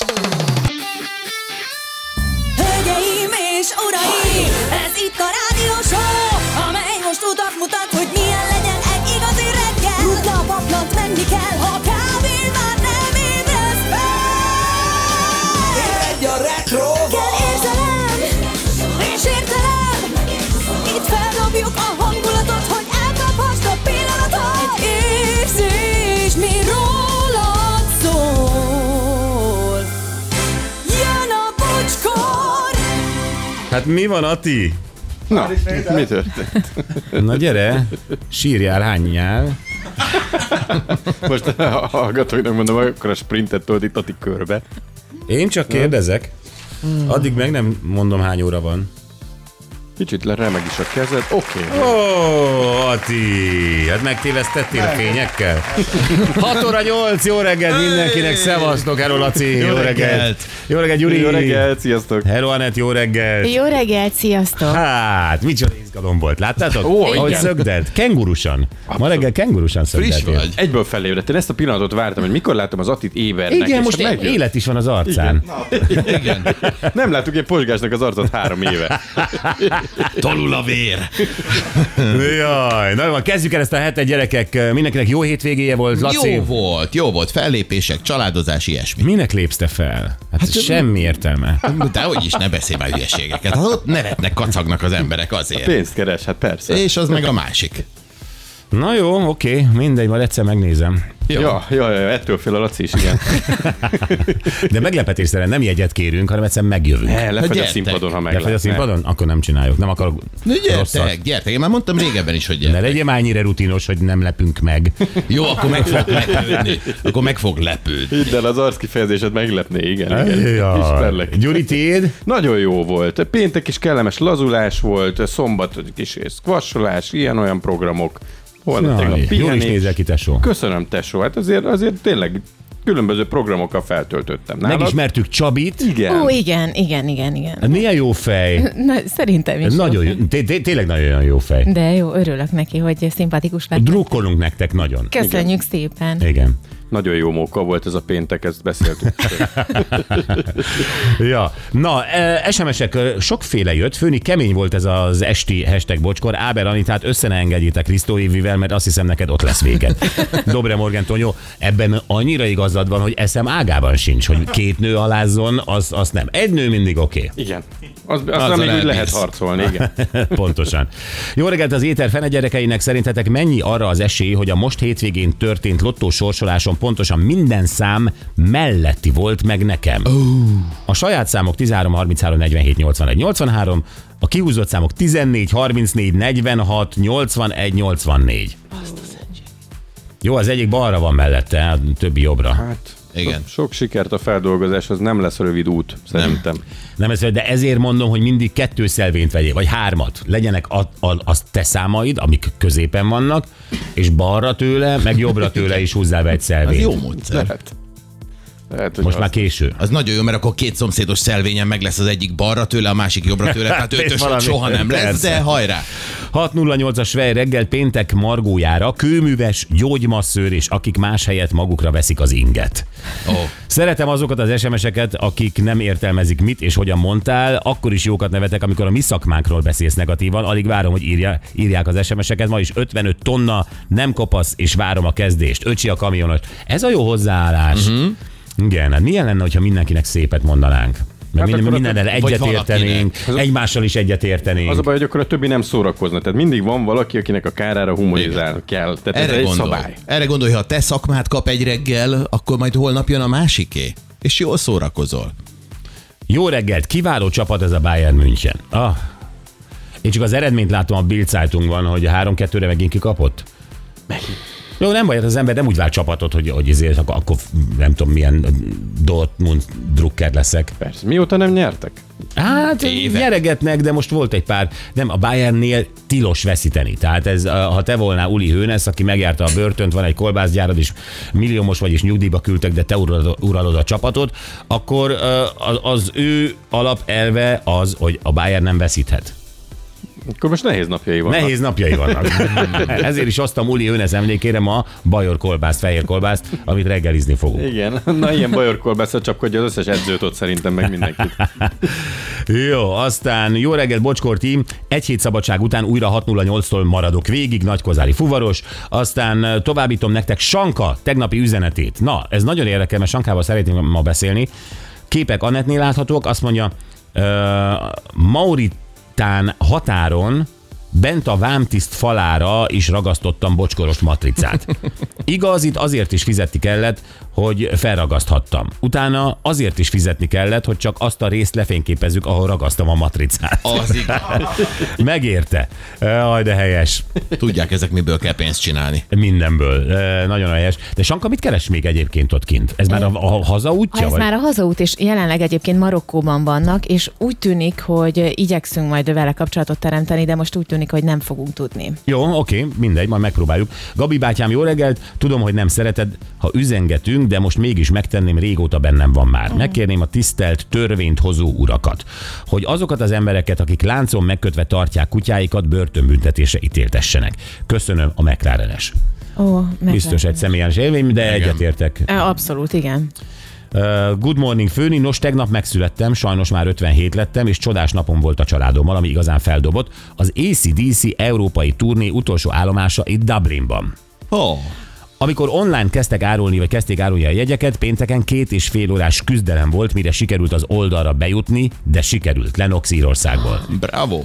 Hölgyeim és uraim, ez itt a rádió show, amely most utat mutat, hogy milyen legyen egy igazi reggel. Rutna a paplant, menni kell, ha kávén már nem ébresz fel. Egy a retro. Kell érzelem, és értelem, itt feldobjuk a hangulatot, hogy elkaphast a pillanatot. Egy érzés, mi rólad szól. Jön a bocskor. Hát mi van, Ati? Na, mi történt? Na gyere, sírjál, hányjál. Most a hallgatóinak mondom, akkor a sprintet told itt Ati körbe. Én csak kérdezek. Addig meg nem mondom, hány óra van. Kicsit remeg is a kezed. Oké. Ó, Ati, hát megtévesztettél a fényekkel? 6 óra 8, jó reggelt mindenkinek, szevasztok, hello Laci, jó reggelt. Jó reggelt, Gyuri. Jó reggelt, sziasztok. Hello Anett, jó reggelt. Jó reggelt, sziasztok! Hát, micsoda izgalom volt, láttátok? Ó, ahogy igen. szögdelt, kengurusan. Ma reggel kengurusan szögdeltél. Egyből felébredtem, ezt a pillanatot vártam, hogy mikor látom az Attit ébernek. Igen, és most megjön. élet is van az arcán. Igen. Nem láttuk én Pozsgásnak az arcot 3 éve. Tolul a vér. Jaj, na van, kezdjük el ezt a hetet, gyerekek. Mindenkinek jó hétvégéje volt, Laci. Jó volt, fellépések, családozás, ilyesmi. Minek lépsz te fel? Hát semmi értelme. De hogy is, ne beszélj már hülyeségeket. Hát ott nevetnek, kacagnak az emberek azért. Pénzt keres, hát persze. És az meg a másik. Na jó, oké, mindegy, majd egyszer megnézem. Jó. Ja, ettől fél a Laci is, igen. De meglepetésszerűen nem jegyet kérünk, hanem egyszer megjövünk. Lefagy a gyertek. színpadon, ha Lefagy a meglátsz. színpadon? Akkor nem csináljuk. Nem akarok rosszat. Gyertek, én már mondtam régebben is, hogy Ne gyertek. legyél már ennyire rutinos, hogy nem lepünk meg. Jó, akkor meg fog lepődni. Akkor meg fog lepődni. Hidd el, az arckifejezésed meglepné, igen. Jaj. Ismerlek. Gyuri, tiéd? Nagyon jó volt. Péntek is kellemes lazulás volt, szombat kis squasholás, ilyen-olyan programok. Holnap tegnap Jól is pihenés. nézel ki, tesó. Köszönöm, tesó. Hát azért tényleg különböző programokkal feltöltöttem. Nálad? Megismertük Csabit. Igen. Ó, igen. Hát milyen jó fej. Na, szerintem is. Nagyon jó. jó, tényleg nagyon jó fej. De jó, örülök neki, hogy szimpatikus lett. Drukkolunk nektek nagyon. Köszönjük szépen. Igen. Nagyon jó móka volt ez a péntek, ezt beszéltük. Ja, na, SMS-ek sokféle jött, főni kemény volt ez az esti hashtag bocskor. Áber Anitát össze ne engedjétek Krisztó Évivel, mert azt hiszem neked ott lesz véget. Dobre Morgan Tonyó, ebben annyira igazad van, hogy eszem ágában sincs, hogy 2 nő alázzon, az nem. Egy nő mindig oké. Igen. Azt még úgy lehet harcolni, igen. Pontosan. Jó reggelt az éter fene gyerekeinek, szerintetek mennyi arra az esély, hogy a most hétvégén történt lottó sorsoláson pontosan minden szám melletti volt meg nekem? A saját számok 13, 33, 47, 81, 83, a kihúzott számok 14, 34, 46, 81, 84. Jó, az egyik balra van mellette, a többi jobbra. Hát, Igen. sok sikert a feldolgozáshoz, nem lesz rövid út, szerintem. Nem ez, de ezért mondom, hogy mindig 2 szelvényt vegyél, vagy 3. Legyenek az te számaid, amik középen vannak, és balra tőle, meg jobbra tőle is húzzál be egy Az szelvényt. jó módszer. Lehet, hogy Most már késő. Az nagyon jó, mert akkor 2 szomszédos szelvényen meg lesz az egyik balra tőle, a másik jobbra tőle, tehát ötös valami. soha nem lesz, Persze. de hajrá! 6.08-as Svej reggel péntek Margójára, kőműves, gyógymasszőr és akik más helyett magukra veszik az inget. Szeretem azokat az SMS-eket, akik nem értelmezik mit és hogyan mondtál, akkor is jókat nevetek, amikor a mi szakmánkról beszélsz negatívan, alig várom, hogy írják az SMS-eket, ma is 55 tonna, nem kopasz és várom a kezdést. Öcsi a kamionos. Ez a jó hozzáállás. Igen, hát milyen lenne, hogyha mindenkinek szépet mondanánk? Mert Hát akkor mindennel vagy egyetértenénk, egymással is egyetértenénk. az a baj, hogy akkor a többi nem szórakozna. Tehát mindig van valaki, akinek a kárára humorizálni kell. Tehát ez egy szabály. Erre gondolj, ha a te szakmát kap egy reggel, akkor majd holnap jön a másiké, és jól szórakozol. Jó reggelt, kiváló csapat ez a Bayern München. Én csak az eredményt látom a Bild Zeitungban, hogy 3-2-re megint kikapott. Jó, nem baj, az ember nem úgy vár csapatot, hogy ezért akkor nem tudom milyen Dortmund drukker leszek. Persze. Mióta nem nyertek? Hát Évek. nyeregetnek, de most volt egy pár, nem, a Bayernnél tilos veszíteni. Tehát ez, ha te volnál Uli Hoeneß, aki megjárta a börtönt, van egy kolbászgyárad, és milliómos vagy, és nyugdíjba küldtek, de te uralod a csapatot, akkor az ő alapelve az, hogy a Bayern nem veszíthet. Akkor most nehéz napjai vannak. Nehéz napjai vannak. Ezért is azt a Muli Önez emlékére ma bajor kolbászt, fehér kolbászt, amit reggelizni fogunk. Igen, na ilyen bajor kolbászat csapkodja az összes edzőt ott szerintem, meg mindenkit. Jó, aztán jó reggel, Bocskor team. Egy hét szabadság után újra 6:08-tól maradok végig, nagykozári fuvaros. Aztán továbbítom nektek Sanka tegnapi üzenetét. Na, ez nagyon érdekel, mert Sankával szeretném ma beszélni. Képek Annettnél láthatók, azt mondja, Mauritán határon bent a vámtiszt falára is ragasztottam bocskoros matricát. Igaz, itt azért is fizetni kellett, hogy felragaszthattam. Utána azért is fizetni kellett, hogy csak azt a részt lefényképezzük, ahol ragasztom a matricát. Az igaz. Megérte. Aj, de helyes. Tudják ezek miből kell pénzt csinálni. Mindenből. Nagyon helyes. De Sanka, mit keres még egyébként ott kint? Ez már a hazaútja? Ez már a hazaút, és jelenleg egyébként Marokkóban vannak, és úgy tűnik, hogy igyekszünk majd vele kapcsolatot teremteni, de most úgy tűnik, hogy nem fogunk tudni. Jó, oké, mindegy, majd megpróbáljuk. Gabi bátyám, jó reggelt, tudom, hogy nem szereted, ha üzengetünk, de most mégis megtenném, régóta bennem van már. Megkérném a tisztelt törvényt hozó urakat, hogy azokat az embereket, akik láncon megkötve tartják kutyáikat, börtönbüntetésre ítéltessenek. Köszönöm, a McLaren-es. Biztos egy személyes élmény, de egyetértek. Abszolút, igen. Good morning, Főni. Nos, tegnap megszülettem, sajnos már 57 lettem, és csodás napom volt a családommal, ami igazán feldobott. Az AC/DC európai turné utolsó állomása itt Dublinban. Amikor online kezdték árulni a jegyeket, pénteken 2,5 órás küzdelem volt, mire sikerült az oldalra bejutni, de sikerült. Lennox Írországból. Bravo!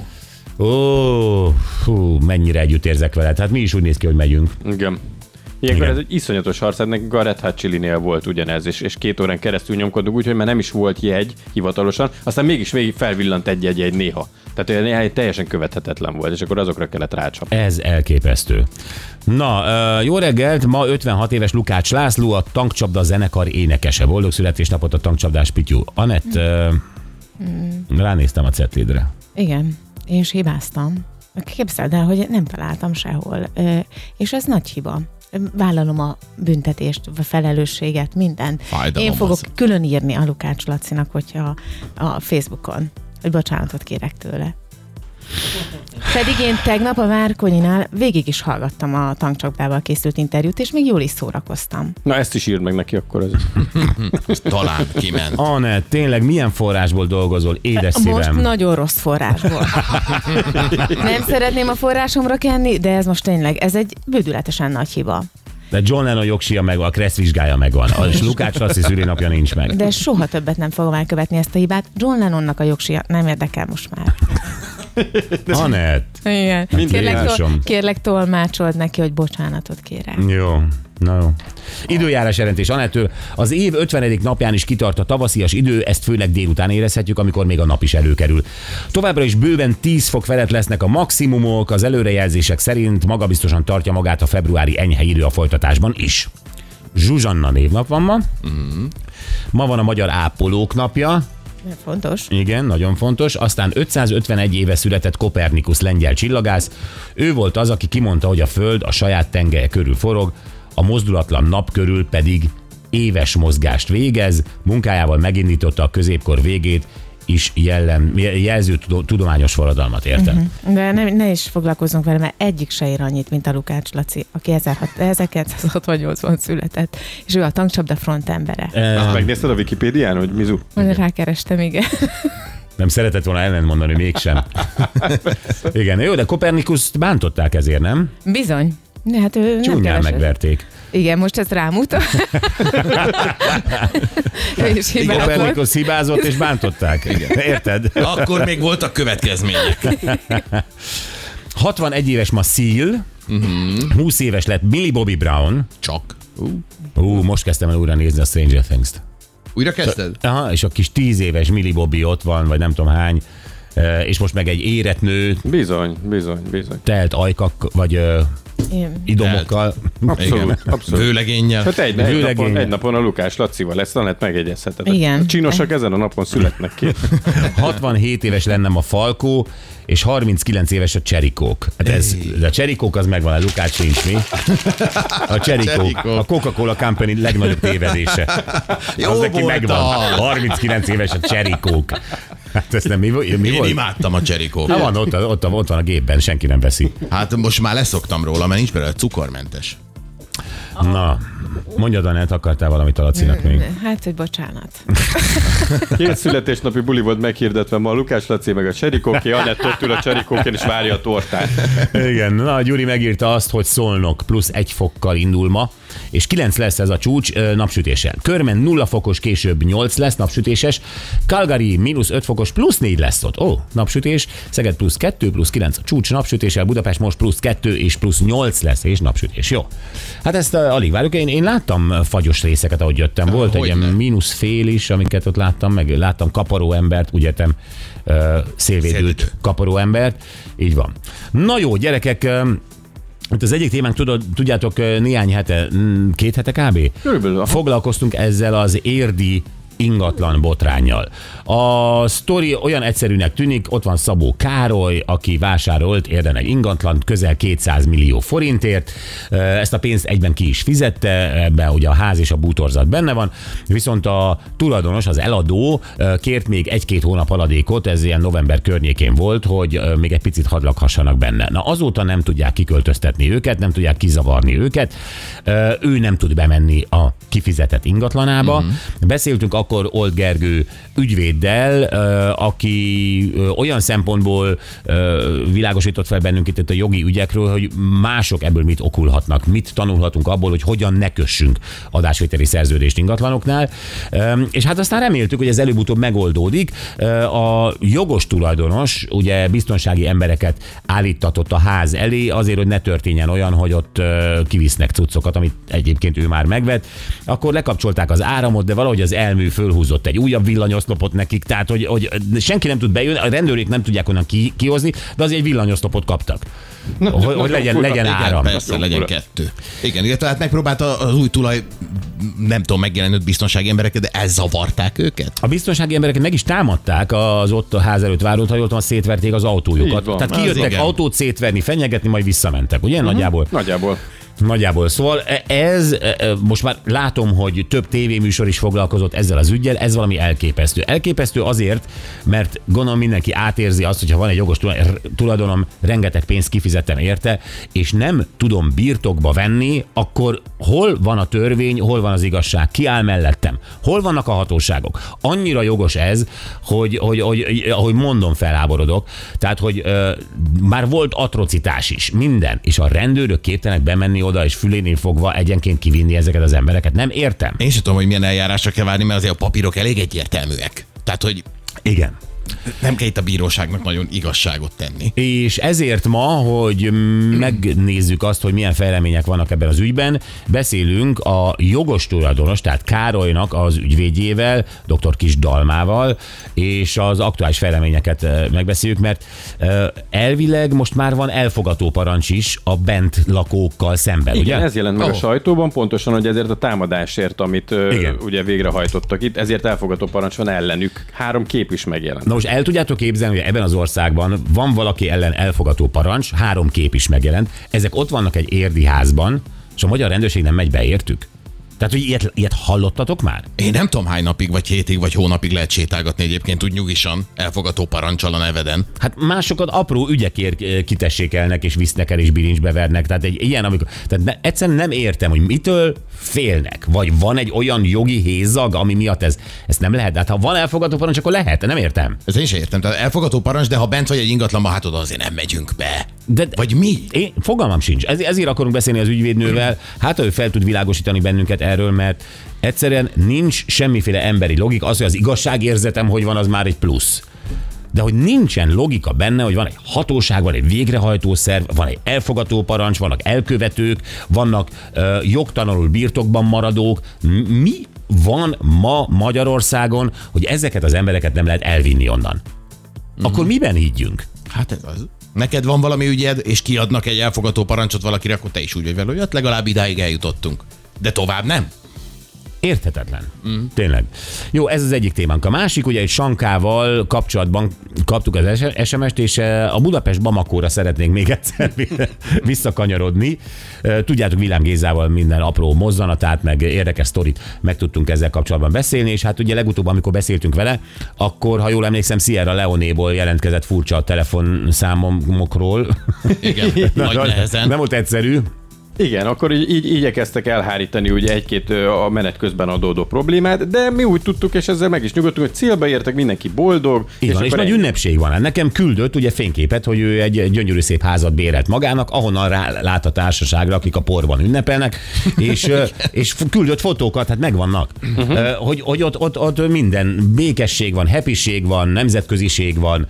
Mennyire együtt érzek veled. Hát mi is úgy néz ki, hogy megyünk. Igen. Ilyenkor Igen. ez egy iszonyatos harc, hát nekünk a Red Hot Chili-nél volt ugyanez, és 2 órán keresztül nyomkodunk, úgyhogy már nem is volt jegy hivatalosan, aztán mégis végig felvillant egy jegy néha. Tehát néha teljesen követhetetlen volt, és akkor azokra kellett rácsapni. Ez elképesztő. Na, jó reggelt, ma 56 éves Lukács László, a Tankcsapda zenekar énekese. Boldog születésnapot a tankcsapdás Pityu. Anett, ránéztem a cetlédre. Igen, és hibáztam. Képzeld el, hogy nem találtam sehol, és ez nagy hiba. Vállalom a büntetést, a felelősséget, mindent. Fájdalom Én fogok az. külön írni a Lukács Lacinak, hogyha a Facebookon, hogy bocsánatot kérek tőle. Pedig én tegnap a Várkonyinál végig is hallgattam a tankcsapdával készült interjút, és még jól is szórakoztam. Na ezt is írd meg neki akkor. Talán kiment. Anett, tényleg milyen forrásból dolgozol, édes szívem? Most nagyon rossz forrásból. Nem szeretném a forrásomra kenni, de ez most tényleg, ez egy bődületesen nagy hiba. De John Lennon jogsia megvan, a Kressz vizsgája megvan, és Lukács Laci szülinapja nincs meg. De soha többet nem fogom elkövetni ezt a hibát. John Lennonnak a jogsia nem érdekel most már. Anett. Igen. Jézusom. Kérlek tolmácsold neki, hogy bocsánatot kérek. Jó. Na jó. Időjárás jelentés Anettől. Az év 50. napján is kitart a tavaszias idő, ezt főleg délután érezhetjük, amikor még a nap is előkerül. Továbbra is bőven 10 fok felett lesznek a maximumok, az előrejelzések szerint magabiztosan tartja magát a februári enyhe idő a folytatásban is. Zsuzsanna névnap van ma. Ma van a magyar ápolók napja. Fontos. Igen, nagyon fontos. Aztán 551 éve született Kopernikusz lengyel csillagász. Ő volt az, aki kimondta, hogy a Föld a saját tengelye körül forog, a mozdulatlan nap körül pedig éves mozgást végez. Munkájával megindította a középkor végét is jelző tudományos forradalmat, érted? De ne is foglalkozzunk vele, mert egyik se ér annyit, mint a Lukács Laci, aki 1968-ban született, és ő a tankcsapda front embere. Azt megnézted a Wikipédián, hogy Mizu? Rákerestem, igen. Nem szeretett volna ellen mondani, mégsem. Igen, jó, de Kopernikuszt bántották ezért, nem? Bizony. Hát ő nem Csúnyán keresett. megverték. Igen, most ezt rámutat. Ő is hibás volt. Kopernikusz hibázott és bántották. Igen. Érted? Akkor még voltak következmények. 61 éves ma Seal, 20 éves lett Millie Bobby Brown. Csak. Most kezdtem el újra nézni a Stranger Things-t. Újra kezdted? Aha, és a kis 10 éves Millie Bobby ott van, vagy nem tudom hány, és most meg egy érett nő, Bizony. telt ajkak, vagy idomokkal. Abszolút. Vőlegénnyel. Hát egy napon a Lukács Lacival lesz, Anett megegyezheted. Igen. A csinosak ezen a napon születnek ki. 67 éves lennem a Falkó, és 39 éves a Cserikók. Hát de a Cserikók az megvan, a Lukács sincs, mi? A Cserikók, a Coca-Cola Company legnagyobb tévedése. Jó az neki volt megvan. az. 39 éves a Cserikók. Hát ez nem mi volt? Én imádtam a cserikókát. Van, ott van a gépben, senki nem veszi. Hát most már leszoktam róla, mert nincs belőle cukormentes. Na, mondjad, Anett, akartál valamit a Lacinak még? Hát, hogy bocsánat. 2 születésnapi buli volt meghirdetve ma, Lukács Laci meg a Cserikóké, Anett ott ül a Cserikókén és várja a tortát. Igen, na, Gyuri megírta azt, hogy Szolnok plusz 1 fokkal indul ma, és 9 lesz ez a csúcs napsütéssel. Körmen 0 fokos, később 8 lesz napsütéses, Calgary mínusz 5 fokos, plusz 4 lesz ott. Napsütés, Szeged plusz 2, plusz 9 a csúcs napsütéssel, Budapest most plusz 2 és plusz 8 lesz, és napsütés. Jó. Hát ezt alig várjuk. Én láttam fagyos részeket, ahogy jöttem. Volt egy ilyen mínusz fél is, amiket ott láttam, meg láttam kaparó embert, úgy értem, szélvédőt kaparó embert. Így van. Na jó, gyerekek, itt az egyik témánk, tudjátok, néhány hete, 2 hete kb. Körülbelül. Foglalkoztunk ezzel az érdi ingatlan botránnyal. A sztori olyan egyszerűnek tűnik, ott van Szabó Károly, aki vásárolt Érden egy ingatlant közel 200 millió forintért. Ezt a pénzt egyben ki is fizette, ebben ugye a ház és a bútorzat benne van, viszont a tulajdonos, az eladó kért még 1-2 hónap haladékot, ez ilyen november környékén volt, hogy még egy picit hadd lakhassanak benne. Na azóta nem tudják kiköltöztetni őket, nem tudják kizavarni őket, ő nem tud bemenni a kifizetett ingatlanába. Beszéltünk akkor Old Gergő ügyvéddel, aki olyan szempontból világosított fel bennünket itt a jogi ügyekről, hogy mások ebből mit okulhatnak, mit tanulhatunk abból, hogy hogyan ne kössünk adásvételi szerződést ingatlanoknál. És hát aztán reméltük, hogy ez előbb-utóbb megoldódik. A jogos tulajdonos ugye biztonsági embereket állítatott a ház elé, azért, hogy ne történjen olyan, hogy ott kivisznek cuccokat, amit egyébként ő már megvett. Akkor lekapcsolták az áramot, de valahogy az elmű fölhúzott egy újabb villanyoszlopot nekik, tehát hogy senki nem tud bejönni, a rendőrök nem tudják onnan kihozni, de azért egy villanyoszlopot kaptak. Hogy legyen áram. Persze, legyen 2. Igen, tehát megpróbálta az új tulaj, nem tudom, megjelenült biztonsági embereket, de elzavarták őket? A biztonsági embereket meg is támadták az ott a ház előtt várót, ha jól tudom, szétverték az autójukat. Tehát kijöttek autót szétverni, fenyegetni, majd visszamentek, ugye? Nagyjából. Szóval ez, most már látom, hogy több tévéműsor is foglalkozott ezzel az üggyel, ez valami elképesztő. Elképesztő azért, mert gondolom mindenki átérzi azt, hogyha van egy jogos tulajdonom, rengeteg pénzt kifizettem érte, és nem tudom birtokba venni, akkor hol van a törvény, hol van az igazság, ki áll mellettem, hol vannak a hatóságok. Annyira jogos ez, hogy mondom, felháborodok. Tehát, hogy már volt atrocitás is, minden, és a rendőrök képtelenek bemenni oda, és fülénél fogva egyenként kivinni ezeket az embereket. Nem értem. Én sem tudom, hogy milyen eljárásra kell várni, mert azért a papírok elég egyértelműek. Tehát, hogy igen. Nem kell itt a bíróságnak nagyon igazságot tenni. És ezért ma, hogy megnézzük azt, hogy milyen fejlemények vannak ebben az ügyben, beszélünk a jogos tulajdonos, tehát Károlynak az ügyvédjével, dr. Kis Dalmával, és az aktuális fejleményeket megbeszéljük, mert elvileg most már van elfogató parancs is a bent lakókkal szemben, igen, ugye? Ez jelent meg a sajtóban, pontosan, hogy ezért a támadásért, amit ugye végrehajtottak itt, ezért elfogató parancs van ellenük. 3 kép is megjelent. Na most el tudjátok képzelni, hogy ebben az országban van valaki ellen elfogató parancs, 3 kép is megjelent, ezek ott vannak egy érdi házban, és a magyar rendőrség nem megy be értük. Tehát, hogy ilyet hallottatok már? Én nem tudom, hány napig, vagy hétig, vagy hónapig lehet sétálgatni egyébként úgy nyugisan, elfogató parancsal a neveden. Hát másokat apró ügyekért kitessékelnek, és visznek el, és bilincsbe vernek. Tehát egy ilyen, amikor... Tehát egyszerűen nem értem, hogy mitől félnek. Vagy van egy olyan jogi hézag, ami miatt ezt nem lehet. De hát ha van elfogató parancs, akkor lehet, nem értem. Ez én sem értem. Tehát elfogató parancs, de ha bent vagy egy ingatlanban, hát oda azért nem megyünk be. Vagy mi? Én fogalmam sincs. Ezért akarunk beszélni az ügyvédnővel. Hát ő fel tud világosítani bennünket erről, mert egyszerűen nincs semmiféle emberi logika. Az, hogy az igazságérzetem, hogy van, az már egy plusz. De hogy nincsen logika benne, hogy van egy hatóság, van egy végrehajtó szerv, van egy elfogató parancs, vannak elkövetők, vannak jogtalanul birtokban maradók. Mi van ma Magyarországon, hogy ezeket az embereket nem lehet elvinni onnan? Akkor miben higgyünk? Hát ez az. Neked van valami ügyed, és kiadnak egy elfogató parancsot valakire, akkor te is úgy vagy vele, hogy legalább idáig eljutottunk. De tovább nem. Érthetetlen. Tényleg. Jó, ez az egyik témánk. A másik, ugye egy Sankával kapcsolatban kaptuk az SMS-t, és a Budapest Bamakóra szeretnénk még egyszer visszakanyarodni. Tudjátok, Villám Gézával minden apró mozzanatát, meg érdekes sztorit meg tudtunk ezzel kapcsolatban beszélni, és hát ugye legutóbb, amikor beszéltünk vele, akkor, ha jól emlékszem, Sierra Leonéból jelentkezett furcsa a telefonszámokról. Igen, nagy nehezen. Nem volt egyszerű. Igen, akkor így igyekeztek elhárítani ugye egy-két a menet közben adódó problémát, de mi úgy tudtuk, és ezzel meg is nyugodtunk, hogy célba értek, mindenki boldog. És nagy ünnepség van. Nekem küldött ugye fényképet, hogy ő egy gyönyörű szép házat bérelt magának, ahonnan lát a társaságra, akik a porban ünnepelnek, és küldött fotókat, hát megvannak. Hogy ott minden békesség van, happység van, nemzetköziség van,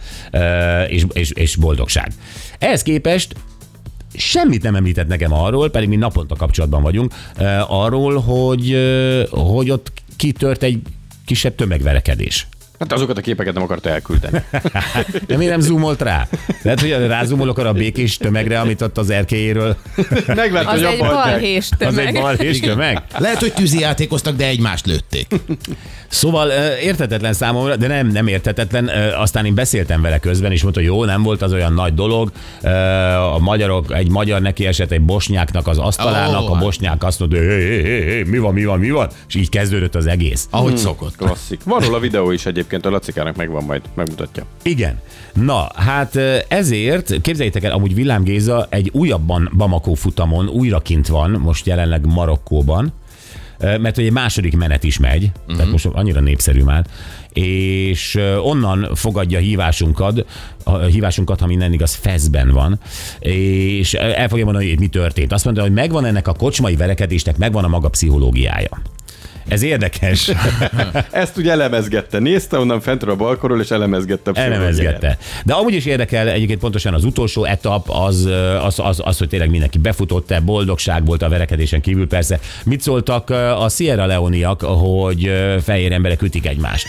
és boldogság. Ehhez képest semmit nem említett nekem arról, pedig mi naponta kapcsolatban vagyunk, arról, hogy ott kitört egy kisebb tömegverekedés. Hát azokat a képeket nem akarta elküldeni. De miért nem zoomolt rá? Lehet, hogy rázumolok arra a békés tömegre, amit ott az erkélyéről. Megvett, Az egy balhés tömeg. Az egy balhés tömeg? Lehet, hogy tűzijátékoztak, de egymást lőtték. Szóval érthetetlen számomra, de nem érthetetlen. Aztán én beszéltem vele közben, és mondta, hogy jó, nem volt az olyan nagy dolog. A magyarok, egy magyar neki esett egy bosnyáknak az asztalának, a bosnyák azt mondta, hogy mi van, és így kezdődött az egész. Ahogy szokott. Klasszik. Van róla videó is egyébként, a Lacikának megvan, majd megmutatja. Igen. Na, hát ezért, képzeljétek el, amúgy Villám Géza egy újabban Bamako futamon újra kint van, most jelenleg Marokkóban, mert hogy egy második menet is megy, tehát most annyira népszerű már, és onnan fogadja hívásunkat, ha minden igaz, Fezben van, és el fogja mondani, hogy mi történt. Azt mondta, hogy megvan ennek a kocsmai verekedésnek, megvan a maga pszichológiája. Ez érdekes. Ezt ugye elemezgette. Nézte onnan fentről a balkonról, és elemezgette. De amúgy is érdekel egyébként pontosan az utolsó etap, az, hogy tényleg mindenki befutott-e, boldogság volt a verekedésen kívül persze. Mit szóltak a Sierra Leoneiak, hogy fehér emberek ütik egymást?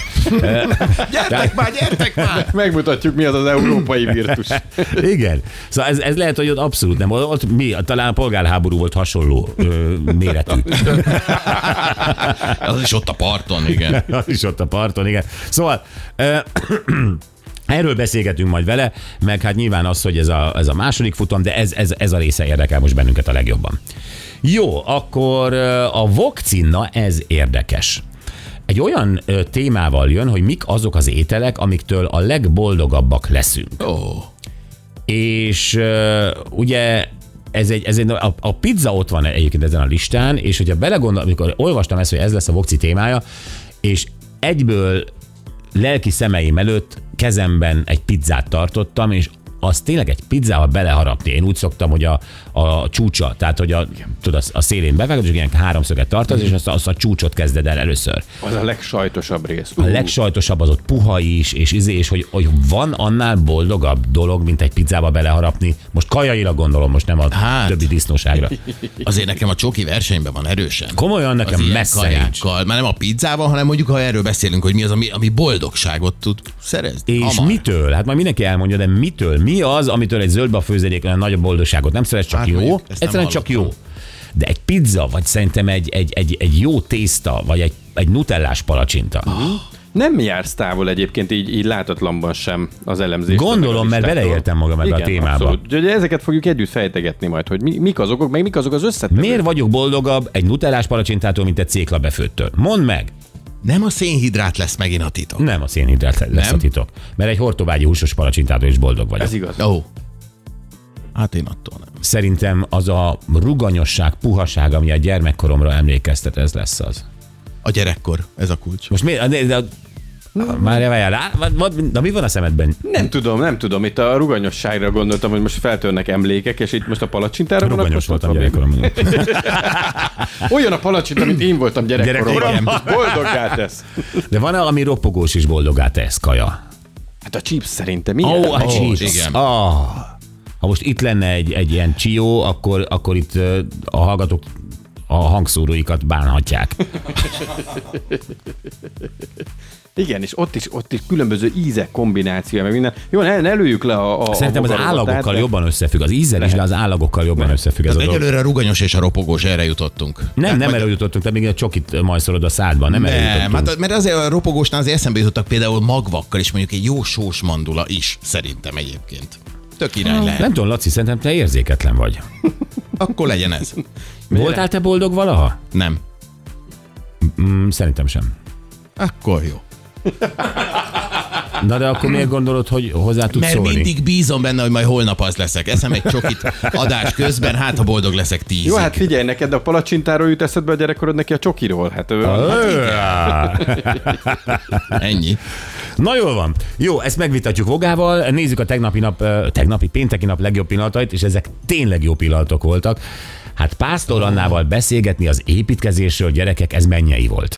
Gyertek már! Megmutatjuk, mi az az európai virtus. Igen. Szóval ez lehet, hogy ott abszolút nem. Ott talán a polgárháború volt hasonló méretű. Az is ott a parton, igen. Az is ott a parton, igen. Szóval erről beszélgetünk majd vele, meg hát nyilván az, hogy ez a második futam, de ez a része érdekel most bennünket a legjobban. Jó, akkor a Vokcinna, ez érdekes. Egy olyan témával jön, hogy mik azok az ételek, amiktől a legboldogabbak leszünk. És ugye a pizza ott van egyébként ezen a listán, és hogyha belegondol, amikor olvastam ezt, hogy ez lesz a Vokci témája, és egyből lelki szemeim előtt kezemben egy pizzát tartottam, és az tényleg egy pizzával beleharapni. Én úgy szoktam, hogy a csúcsa, tehát hogy a szélén bevágod, és ilyen háromszöget tartasz, és azt a csúcsot kezded el először. Az a legsajtosabb rész. A legsajtosabb az ott puha is, és hogy van annál boldogabb dolog, mint egy pizzába beleharapni. Most kajailag gondolom, most nem a többi disznóságra. Azért nekem a csoki versenyben van erősen. Komolyan nekem messze nincs. Már nem a pizzával, hanem mondjuk, ha erről beszélünk, hogy mi az, ami boldogságot tud szerezni. És mitől? Hát majd mindenki elmondja, de mitől? Mi az, amitől egy zöldbe a főzelék olyan nagyobb boldogságot nem szeret, csak jó? Egyszerűen csak jó. De egy pizza, vagy szerintem egy jó tészta, vagy egy nutellás palacsinta. Nem jársz távol egyébként így látatlanban sem az elemzés. Gondolom, mert beleéltem magam ebbe a témába. Abszolút. Úgyhogy ezeket fogjuk együtt fejtegetni majd, hogy mik az okok, meg mik azok az összetevők. Miért vagyok boldogabb egy nutellás palacsintától, mint egy céklabefőttől? Mondd meg! Nem a szénhidrát lesz megint a titok. Nem a szénhidrát lesz a titok. Mert egy hortobágyi húsos palacsintától is boldog vagyok. Ez igaz. Hát én attól nem. Szerintem az a ruganyosság, puhaság, ami a gyermekkoromra emlékeztet, ez lesz az. A gyerekkor, ez a kulcs. Most miért? Várjál, de mi van a szemedben? Nem tudom. Itt a ruganyosságra gondoltam, hogy most feltörnek emlékek, és itt most a palacsintára ruganyos voltam gyerekkoromban. Olyan a palacsinta, mint én voltam gyerekkoromban. Boldoggá tesz. De van ami ropogós is boldoggá tesz, kaja? Hát a chips szerintem ilyen. A chips. Igen. Ha most itt lenne egy ilyen csió, akkor itt a hallgatók a hangszóróikat bánhatják. Igen, és ott is különböző ízek kombinációja, meg minden. Jó, ne lőjük le a Szerintem az állagokkal jobban összefügg. Az ízzel is, de az állagokkal jobban összefügg ez a dolog. Egyelőre a ruganyos és a ropogós, erre jutottunk. Nem erre jutottunk, te még a csokit majszolod a szádban, nem erre jutottunk. Hát, mert azért a ropogósnál azért eszembe jutottak például magvakkal is, mondjuk egy jó sós mandula is, szerintem egyébként. Tök irány lehet. Nem tudom, Laci, szerintem te érzéketlen vagy. Akkor legyen ez. Voltál te boldog valaha? Nem. Szerintem sem. Akkor jó. Na de akkor miért gondolod, hogy hozzá tudsz Mert szólni? mindig bízom benne, hogy majd holnap az leszek. Eszem egy csokit adás közben, hát ha boldog leszek 10-ig. Jó, hát figyelj, neked a palacsintáról jut eszedbe a gyerekkorod, neki a csokiról. Hát, Ennyi. Na jól van. Jó, ezt megvitatjuk Vogával, nézzük a pénteki nap legjobb pillanatait, és ezek tényleg jó pillanatok voltak. Hát Pásztor Annával beszélgetni az építkezésről, gyerekek, ez mennyei volt.